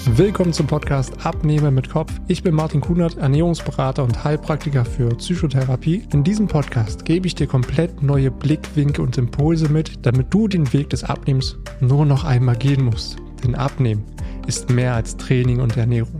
Willkommen zum Podcast Abnehmen mit Kopf. Ich bin Martin Kunert, Ernährungsberater und Heilpraktiker für Psychotherapie. In diesem Podcast gebe ich dir komplett neue Blickwinkel und Impulse mit, damit du den Weg des Abnehmens nur noch einmal gehen musst. Denn Abnehmen ist mehr als Training und Ernährung.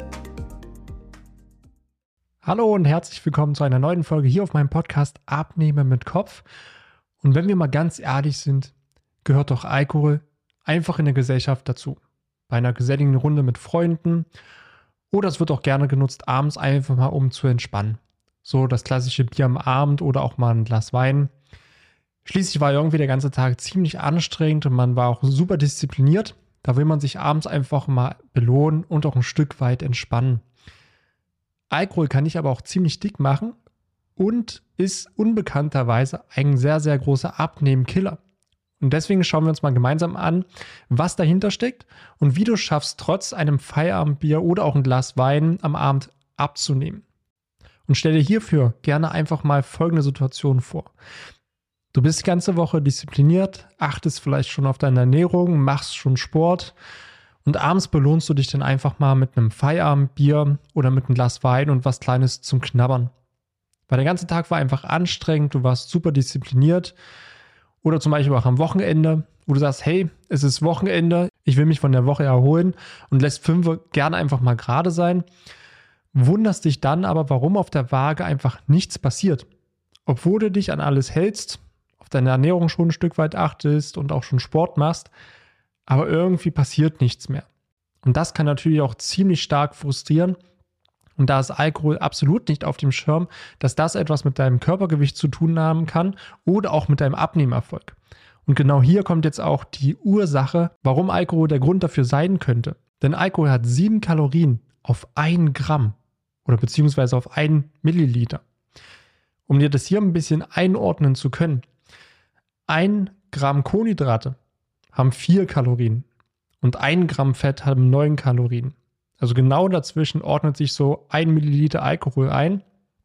Hallo und herzlich willkommen zu einer neuen Folge hier auf meinem Podcast Abnehmen mit Kopf. Und wenn wir mal ganz ehrlich sind, gehört doch Alkohol einfach in der Gesellschaft dazu. Bei einer geselligen Runde mit Freunden oder es wird auch gerne genutzt, abends einfach mal um zu entspannen. So das klassische Bier am Abend oder auch mal ein Glas Wein. Schließlich war irgendwie der ganze Tag ziemlich anstrengend und man war auch super diszipliniert. Da will man sich abends einfach mal belohnen und auch ein Stück weit entspannen. Alkohol kann dich aber auch ziemlich dick machen und ist unbekannterweise ein sehr, sehr großer Abnehmkiller. Und deswegen schauen wir uns mal gemeinsam an, was dahinter steckt und wie du schaffst, trotz einem Feierabendbier oder auch ein Glas Wein am Abend abzunehmen. Und stell dir hierfür gerne einfach mal folgende Situation vor. Du bist die ganze Woche diszipliniert, achtest vielleicht schon auf deine Ernährung, machst schon Sport und abends belohnst du dich dann einfach mal mit einem Feierabendbier oder mit einem Glas Wein und was Kleines zum Knabbern. Weil der ganze Tag war einfach anstrengend, du warst super diszipliniert. Oder zum Beispiel auch am Wochenende, wo du sagst, hey, es ist Wochenende, ich will mich von der Woche erholen und lässt 5 gerne einfach mal gerade sein. Wunderst dich dann aber, warum auf der Waage einfach nichts passiert. Obwohl du dich an alles hältst, auf deine Ernährung schon ein Stück weit achtest und auch schon Sport machst, aber irgendwie passiert nichts mehr. Und das kann natürlich auch ziemlich stark frustrieren. Und da ist Alkohol absolut nicht auf dem Schirm, dass das etwas mit deinem Körpergewicht zu tun haben kann oder auch mit deinem Abnehmerfolg. Und genau hier kommt jetzt auch die Ursache, warum Alkohol der Grund dafür sein könnte. Denn Alkohol hat 7 Kalorien auf 1 Gramm oder beziehungsweise auf 1 Milliliter. Um dir das hier ein bisschen einordnen zu können. 1 Gramm Kohlenhydrate haben 4 Kalorien und 1 Gramm Fett haben 9 Kalorien. Also genau dazwischen ordnet sich so 1 Milliliter Alkohol ein.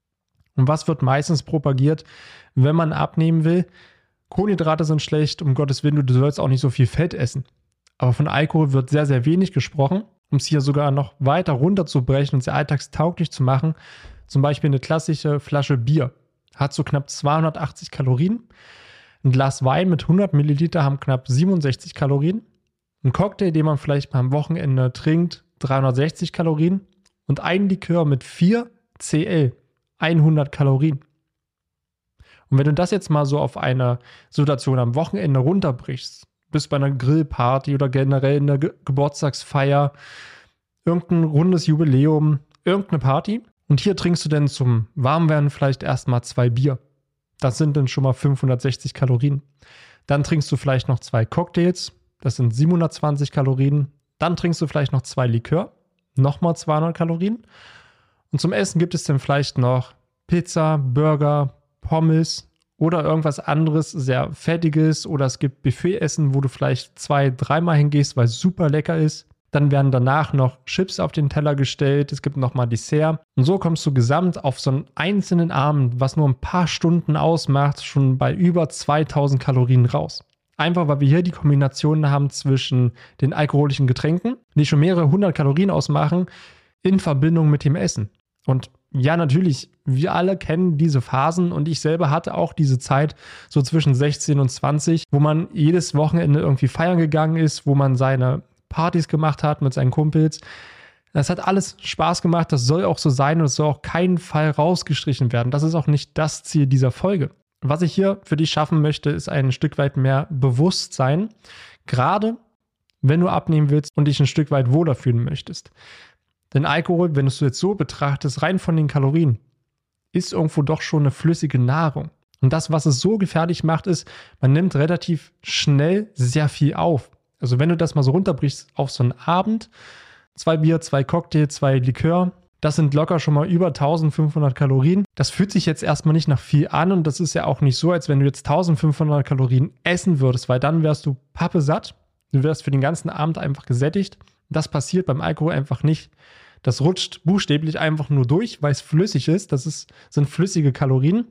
Und was wird meistens propagiert, wenn man abnehmen will? Kohlenhydrate sind schlecht, um Gottes Willen, du sollst auch nicht so viel Fett essen. Aber von Alkohol wird sehr, sehr wenig gesprochen, um es hier sogar noch weiter runterzubrechen und sehr alltagstauglich zu machen. Zum Beispiel eine klassische Flasche Bier hat so knapp 280 Kalorien. Ein Glas Wein mit 100 Milliliter haben knapp 67 Kalorien. Ein Cocktail, den man vielleicht mal am Wochenende trinkt, 360 Kalorien und ein Likör mit 4 Cl, 100 Kalorien. Und wenn du das jetzt mal so auf eine Situation am Wochenende runterbrichst, bist bei einer Grillparty oder generell in der Geburtstagsfeier, irgendein rundes Jubiläum, irgendeine Party und hier trinkst du dann zum Warmwerden vielleicht erstmal 2 Bier. Das sind dann schon mal 560 Kalorien. Dann trinkst du vielleicht noch 2 Cocktails, das sind 720 Kalorien. Dann trinkst du vielleicht noch 2 Likör, nochmal 200 Kalorien. Und zum Essen gibt es dann vielleicht noch Pizza, Burger, Pommes oder irgendwas anderes, sehr Fettiges. Oder es gibt Buffetessen, wo du vielleicht 2-3 Mal hingehst, weil es super lecker ist. Dann werden danach noch Chips auf den Teller gestellt. Es gibt nochmal Dessert. Und so kommst du gesamt auf so einen einzelnen Abend, was nur ein paar Stunden ausmacht, schon bei über 2000 Kalorien raus. Einfach, weil wir hier die Kombination haben zwischen den alkoholischen Getränken, die schon mehrere 100 Kalorien ausmachen, in Verbindung mit dem Essen. Und ja, natürlich, wir alle kennen diese Phasen und ich selber hatte auch diese Zeit so zwischen 16 und 20, wo man jedes Wochenende irgendwie feiern gegangen ist, wo man seine Partys gemacht hat mit seinen Kumpels. Das hat alles Spaß gemacht, das soll auch so sein und es soll auch keinen Fall rausgestrichen werden. Das ist auch nicht das Ziel dieser Folge. Was ich hier für dich schaffen möchte, ist ein Stück weit mehr Bewusstsein, gerade wenn du abnehmen willst und dich ein Stück weit wohler fühlen möchtest. Denn Alkohol, wenn du es jetzt so betrachtest, rein von den Kalorien, ist irgendwo doch schon eine flüssige Nahrung. Und das, was es so gefährlich macht, ist, man nimmt relativ schnell sehr viel auf. Also wenn du das mal so runterbrichst auf so einen Abend, 2 Bier, 2 Cocktails, 2 Likör, das sind locker schon mal über 1500 Kalorien. Das fühlt sich jetzt erstmal nicht nach viel an und das ist ja auch nicht so, als wenn du jetzt 1500 Kalorien essen würdest, weil dann wärst du pappesatt. Du wärst für den ganzen Abend einfach gesättigt. Das passiert beim Alkohol einfach nicht. Das rutscht buchstäblich einfach nur durch, weil es flüssig ist. Sind flüssige Kalorien.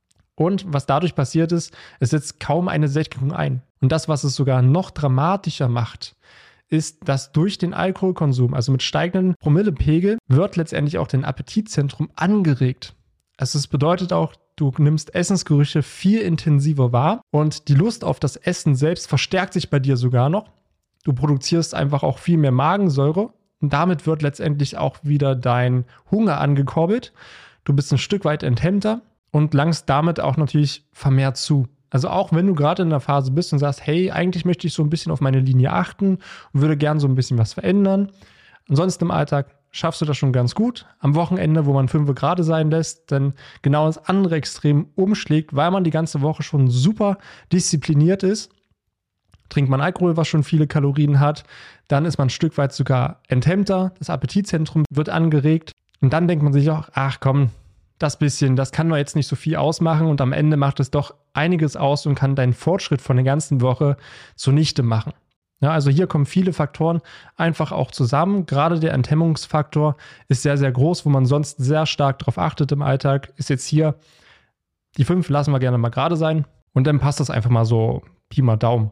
Und was dadurch passiert ist, es setzt kaum eine Sättigung ein. Und das, was es sogar noch dramatischer macht, ist, dass durch den Alkoholkonsum, also mit steigenden Promillepegel, wird letztendlich auch dein Appetitzentrum angeregt. Also es bedeutet auch, du nimmst Essensgerüche viel intensiver wahr und die Lust auf das Essen selbst verstärkt sich bei dir sogar noch. Du produzierst einfach auch viel mehr Magensäure und damit wird letztendlich auch wieder dein Hunger angekurbelt. Du bist ein Stück weit enthemmter und langst damit auch natürlich vermehrt zu. Also auch wenn du gerade in der Phase bist und sagst, hey, eigentlich möchte ich so ein bisschen auf meine Linie achten und würde gern so ein bisschen was verändern. Ansonsten im Alltag schaffst du das schon ganz gut. Am Wochenende, wo man 5 gerade sein lässt, dann genau das andere Extrem umschlägt, weil man die ganze Woche schon super diszipliniert ist. Trinkt man Alkohol, was schon viele Kalorien hat, dann ist man ein Stück weit sogar enthemmter, das Appetitzentrum wird angeregt und dann denkt man sich auch, ach komm, das kann doch jetzt nicht so viel ausmachen und am Ende macht es doch einiges aus und kann deinen Fortschritt von der ganzen Woche zunichte machen. Ja, also hier kommen viele Faktoren einfach auch zusammen. Gerade der Enthemmungsfaktor ist sehr, sehr groß, wo man sonst sehr stark darauf achtet im Alltag. Ist jetzt hier, die 5 lassen wir gerne mal gerade sein und dann passt das einfach mal so Pi mal Daumen.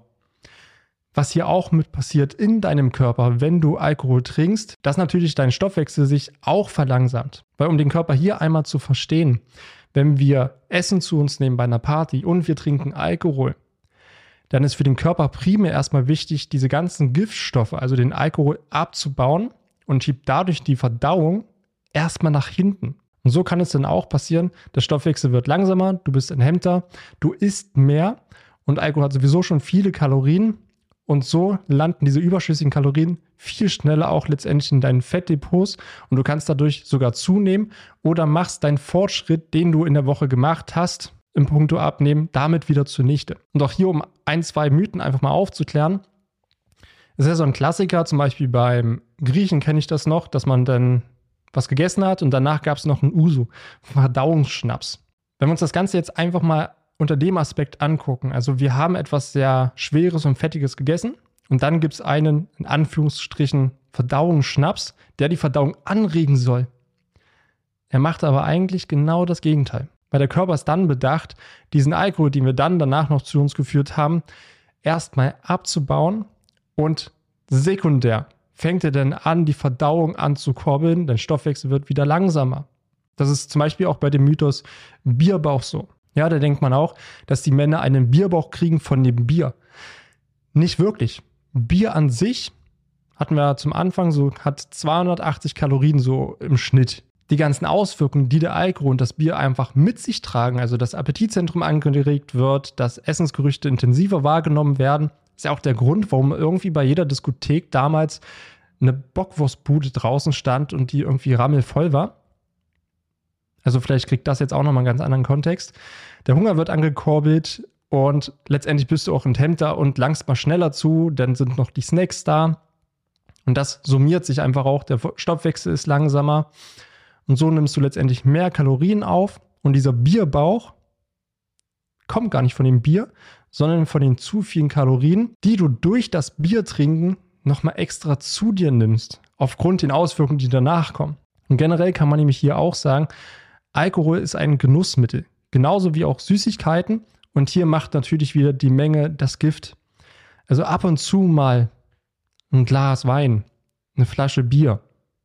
Was hier auch mit passiert in deinem Körper, wenn du Alkohol trinkst, dass natürlich dein Stoffwechsel sich auch verlangsamt. Weil um den Körper hier einmal zu verstehen, wenn wir Essen zu uns nehmen bei einer Party und wir trinken Alkohol, dann ist für den Körper primär erstmal wichtig, diese ganzen Giftstoffe, also den Alkohol, abzubauen und schiebt dadurch die Verdauung erstmal nach hinten. Und so kann es dann auch passieren, der Stoffwechsel wird langsamer, du bist enthemmter, du isst mehr und Alkohol hat sowieso schon viele Kalorien und so landen diese überschüssigen Kalorien viel schneller auch letztendlich in deinen Fettdepots und du kannst dadurch sogar zunehmen oder machst deinen Fortschritt, den du in der Woche gemacht hast, im Punkto Abnehmen, damit wieder zunichte. Und auch hier, um 1, 2 Mythen einfach mal aufzuklären, ist ja so ein Klassiker, zum Beispiel beim Griechen kenne ich das noch, dass man dann was gegessen hat und danach gab es noch einen Uso, Verdauungsschnaps. Wenn wir uns das Ganze jetzt einfach mal unter dem Aspekt angucken, also wir haben etwas sehr Schweres und Fettiges gegessen und dann gibt es einen, in Anführungsstrichen, Verdauungsschnaps, der die Verdauung anregen soll. Er macht aber eigentlich genau das Gegenteil. Weil der Körper ist dann bedacht, diesen Alkohol, den wir dann danach noch zu uns geführt haben, erstmal abzubauen und sekundär fängt er dann an, die Verdauung anzukurbeln, dein Stoffwechsel wird wieder langsamer. Das ist zum Beispiel auch bei dem Mythos Bierbauch so. Ja, da denkt man auch, dass die Männer einen Bierbauch kriegen von dem Bier. Nicht wirklich. Bier an sich, hatten wir zum Anfang so, hat 280 Kalorien so im Schnitt. Die ganzen Auswirkungen, die der Alkohol und das Bier einfach mit sich tragen, also das Appetitzentrum angeregt wird, dass Essensgerüche intensiver wahrgenommen werden, ist ja auch der Grund, warum irgendwie bei jeder Diskothek damals eine Bockwurstbude draußen stand und die irgendwie rammelvoll war. Also vielleicht kriegt das jetzt auch nochmal einen ganz anderen Kontext. Der Hunger wird angekurbelt und letztendlich bist du auch enthemmter und langst mal schneller zu, dann sind noch die Snacks da und das summiert sich einfach auch, der Stoffwechsel ist langsamer. Und so nimmst du letztendlich mehr Kalorien auf und dieser Bierbauch kommt gar nicht von dem Bier, sondern von den zu vielen Kalorien, die du durch das Biertrinken nochmal extra zu dir nimmst, aufgrund den Auswirkungen, die danach kommen. Und generell kann man nämlich hier auch sagen, Alkohol ist ein Genussmittel, genauso wie auch Süßigkeiten und hier macht natürlich wieder die Menge das Gift. Also ab und zu mal ein Glas Wein, eine Flasche Bier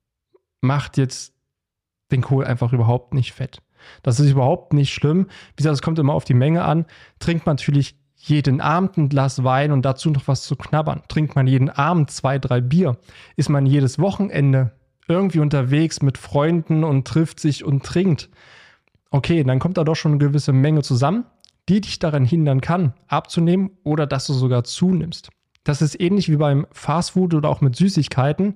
macht jetzt den Kohl einfach überhaupt nicht fett. Das ist überhaupt nicht schlimm. Wie gesagt, es kommt immer auf die Menge an. Trinkt man natürlich jeden Abend ein Glas Wein und dazu noch was zu knabbern. Trinkt man jeden Abend 2, 3 Bier. Ist man jedes Wochenende irgendwie unterwegs mit Freunden und trifft sich und trinkt. Okay, dann kommt da doch schon eine gewisse Menge zusammen, die dich daran hindern kann, abzunehmen oder dass du sogar zunimmst. Das ist ähnlich wie beim Fastfood oder auch mit Süßigkeiten.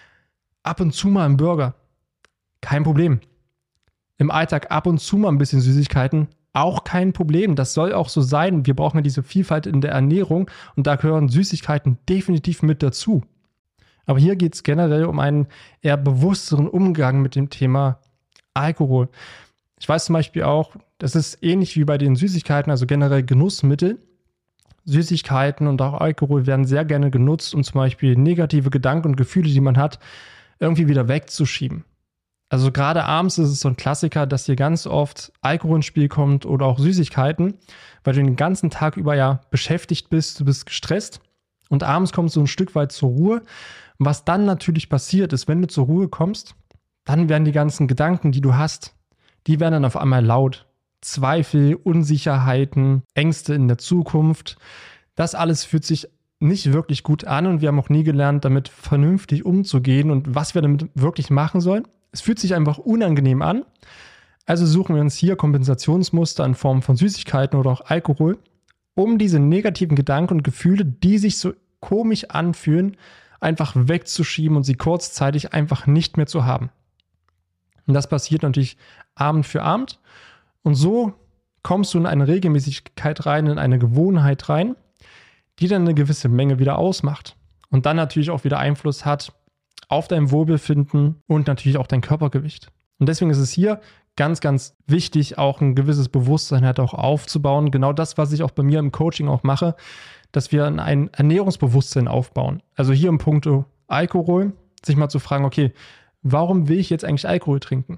Ab und zu mal ein Burger. Kein Problem. Im Alltag ab und zu mal ein bisschen Süßigkeiten, auch kein Problem. Das soll auch so sein. Wir brauchen ja diese Vielfalt in der Ernährung und da gehören Süßigkeiten definitiv mit dazu. Aber hier geht es generell um einen eher bewussteren Umgang mit dem Thema Alkohol. Ich weiß zum Beispiel auch, das ist ähnlich wie bei den Süßigkeiten, also generell Genussmittel. Süßigkeiten und auch Alkohol werden sehr gerne genutzt, um zum Beispiel negative Gedanken und Gefühle, die man hat, irgendwie wieder wegzuschieben. Also gerade abends ist es so ein Klassiker, dass hier ganz oft Alkohol ins Spiel kommt oder auch Süßigkeiten, weil du den ganzen Tag über ja beschäftigt bist, du bist gestresst und abends kommst du ein Stück weit zur Ruhe. Und was dann natürlich passiert ist, wenn du zur Ruhe kommst, dann werden die ganzen Gedanken, die du hast, die werden dann auf einmal laut. Zweifel, Unsicherheiten, Ängste in der Zukunft. Das alles fühlt sich nicht wirklich gut an und wir haben auch nie gelernt, damit vernünftig umzugehen und was wir damit wirklich machen sollen. Es fühlt sich einfach unangenehm an. Also suchen wir uns hier Kompensationsmuster in Form von Süßigkeiten oder auch Alkohol, um diese negativen Gedanken und Gefühle, die sich so komisch anfühlen, einfach wegzuschieben und sie kurzzeitig einfach nicht mehr zu haben. Und das passiert natürlich Abend für Abend. Und so kommst du in eine Regelmäßigkeit rein, in eine Gewohnheit rein, die dann eine gewisse Menge wieder ausmacht. Und dann natürlich auch wieder Einfluss hat auf dein Wohlbefinden und natürlich auch dein Körpergewicht. Und deswegen ist es hier ganz, ganz wichtig, auch ein gewisses Bewusstsein halt auch aufzubauen. Genau das, was ich auch bei mir im Coaching auch mache, dass wir ein Ernährungsbewusstsein aufbauen. Also hier im Punkto Alkohol, sich mal zu fragen, okay, warum will ich jetzt eigentlich Alkohol trinken?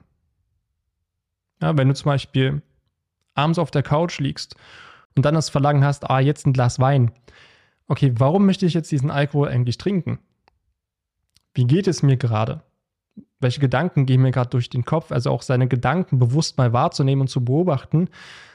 Ja, wenn du zum Beispiel abends auf der Couch liegst und dann das Verlangen hast, jetzt ein Glas Wein. Okay, warum möchte ich jetzt diesen Alkohol eigentlich trinken? Wie geht es mir gerade? Welche Gedanken gehen mir gerade durch den Kopf? Also auch seine Gedanken bewusst mal wahrzunehmen und zu beobachten,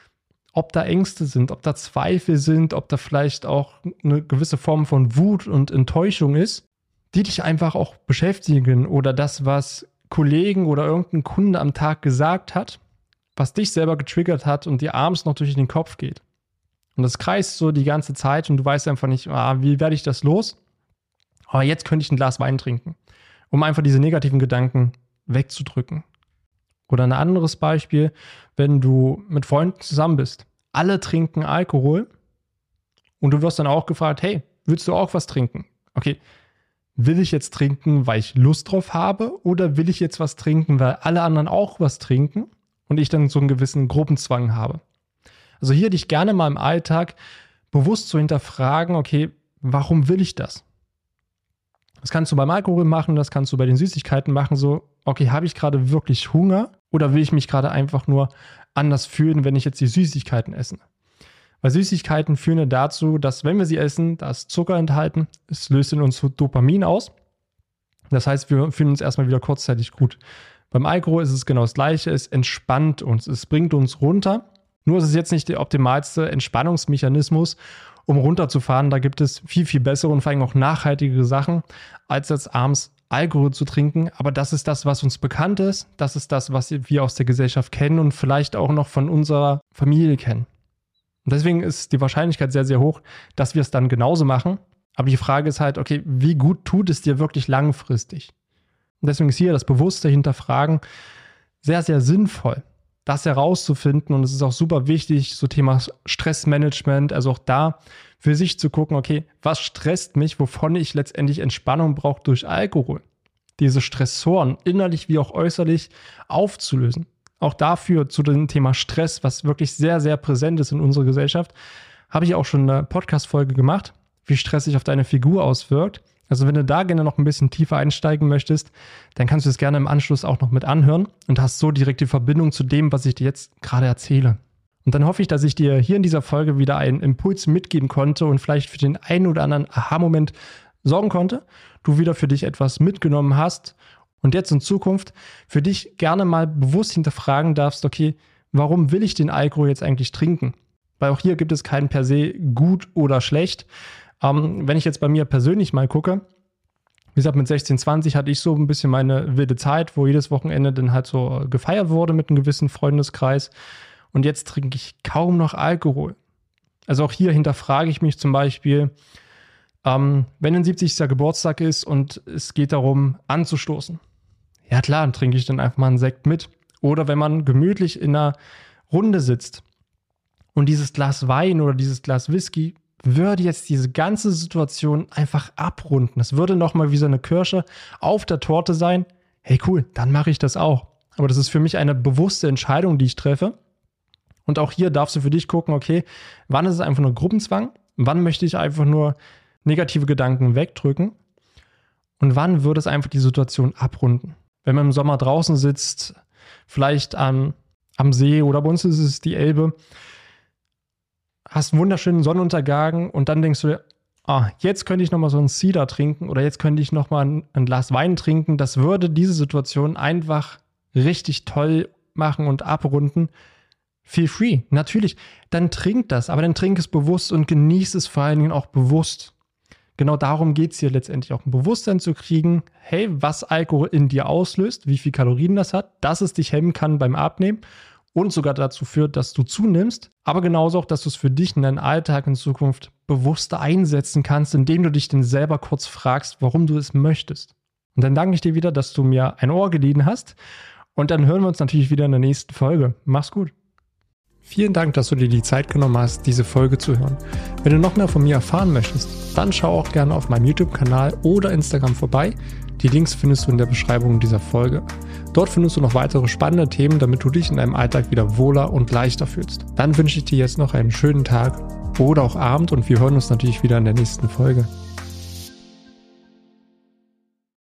ob da Ängste sind, ob da Zweifel sind, ob da vielleicht auch eine gewisse Form von Wut und Enttäuschung ist, die dich einfach auch beschäftigen oder das, was Kollegen oder irgendein Kunde am Tag gesagt hat, was dich selber getriggert hat und dir abends noch durch den Kopf geht. Und das kreist so die ganze Zeit und du weißt einfach nicht, wie werde ich das los? Aber jetzt könnte ich ein Glas Wein trinken, um einfach diese negativen Gedanken wegzudrücken. Oder ein anderes Beispiel, wenn du mit Freunden zusammen bist. Alle trinken Alkohol und du wirst dann auch gefragt, hey, willst du auch was trinken? Okay, will ich jetzt trinken, weil ich Lust drauf habe oder will ich jetzt was trinken, weil alle anderen auch was trinken und ich dann so einen gewissen Gruppenzwang habe? Also hier dich gerne mal im Alltag bewusst zu hinterfragen, okay, warum will ich das? Das kannst du beim Alkohol machen, das kannst du bei den Süßigkeiten machen, so, okay, habe ich gerade wirklich Hunger oder will ich mich gerade einfach nur anders fühlen, wenn ich jetzt die Süßigkeiten esse? Weil Süßigkeiten führen ja dazu, dass wenn wir sie essen, da ist Zucker enthalten, es löst in uns Dopamin aus. Das heißt, wir fühlen uns erstmal wieder kurzzeitig gut. Beim Alkohol ist es genau das Gleiche, es entspannt uns, es bringt uns runter. Nur ist es jetzt nicht der optimalste Entspannungsmechanismus, um runterzufahren. Da gibt es viel, viel bessere und vor allem auch nachhaltigere Sachen, als jetzt abends Alkohol zu trinken. Aber das ist das, was uns bekannt ist. Das ist das, was wir aus der Gesellschaft kennen und vielleicht auch noch von unserer Familie kennen. Und deswegen ist die Wahrscheinlichkeit sehr, sehr hoch, dass wir es dann genauso machen. Aber die Frage ist halt, okay, wie gut tut es dir wirklich langfristig? Und deswegen ist hier das bewusste Hinterfragen sehr, sehr sinnvoll, das herauszufinden. Und es ist auch super wichtig, so Thema Stressmanagement, also auch da für sich zu gucken, okay, was stresst mich, wovon ich letztendlich Entspannung brauche durch Alkohol? Diese Stressoren, innerlich wie auch äußerlich, aufzulösen. Auch dafür zu dem Thema Stress, was wirklich sehr, sehr präsent ist in unserer Gesellschaft, habe ich auch schon eine Podcast-Folge gemacht, wie Stress sich auf deine Figur auswirkt. Also wenn du da gerne noch ein bisschen tiefer einsteigen möchtest, dann kannst du es gerne im Anschluss auch noch mit anhören und hast so direkt die Verbindung zu dem, was ich dir jetzt gerade erzähle. Und dann hoffe ich, dass ich dir hier in dieser Folge wieder einen Impuls mitgeben konnte und vielleicht für den einen oder anderen Aha-Moment sorgen konnte, du wieder für dich etwas mitgenommen hast und jetzt in Zukunft für dich gerne mal bewusst hinterfragen darfst, okay, warum will ich den Alkohol jetzt eigentlich trinken? Weil auch hier gibt es keinen per se gut oder schlecht. Wenn ich jetzt bei mir persönlich mal gucke, wie gesagt, mit 16, 20 hatte ich so ein bisschen meine wilde Zeit, wo jedes Wochenende dann halt so gefeiert wurde mit einem gewissen Freundeskreis. Und jetzt trinke ich kaum noch Alkohol. Also auch hier hinterfrage ich mich zum Beispiel, wenn ein 70. Geburtstag ist und es geht darum, anzustoßen. Ja klar, dann trinke ich dann einfach mal einen Sekt mit. Oder wenn man gemütlich in einer Runde sitzt und dieses Glas Wein oder dieses Glas Whisky würde jetzt diese ganze Situation einfach abrunden. Das würde nochmal wie so eine Kirsche auf der Torte sein. Hey cool, dann mache ich das auch. Aber das ist für mich eine bewusste Entscheidung, die ich treffe. Und auch hier darfst du für dich gucken, okay, wann ist es einfach nur Gruppenzwang? Wann möchte ich einfach nur negative Gedanken wegdrücken? Und wann würde es einfach die Situation abrunden? Wenn man im Sommer draußen sitzt, vielleicht am See oder bei uns ist es die Elbe, hast einen wunderschönen Sonnenuntergang und dann denkst du dir, jetzt könnte ich nochmal so einen Cider trinken oder jetzt könnte ich nochmal ein Glas Wein trinken. Das würde diese Situation einfach richtig toll machen und abrunden. Feel free, natürlich. Dann trink das, aber dann trink es bewusst und genieß es vor allen Dingen auch bewusst. Genau darum geht es hier letztendlich auch, ein Bewusstsein zu kriegen, hey, was Alkohol in dir auslöst, wie viel Kalorien das hat, dass es dich hemmen kann beim Abnehmen und sogar dazu führt, dass du zunimmst, aber genauso auch, dass du es für dich in deinem Alltag in Zukunft bewusster einsetzen kannst, indem du dich dann selber kurz fragst, warum du es möchtest. Und dann danke ich dir wieder, dass du mir ein Ohr geliehen hast und dann hören wir uns natürlich wieder in der nächsten Folge. Mach's gut. Vielen Dank, dass du dir die Zeit genommen hast, diese Folge zu hören. Wenn du noch mehr von mir erfahren möchtest, dann schau auch gerne auf meinem YouTube-Kanal oder Instagram vorbei. Die Links findest du in der Beschreibung dieser Folge. Dort findest du noch weitere spannende Themen, damit du dich in deinem Alltag wieder wohler und leichter fühlst. Dann wünsche ich dir jetzt noch einen schönen Tag oder auch Abend und wir hören uns natürlich wieder in der nächsten Folge.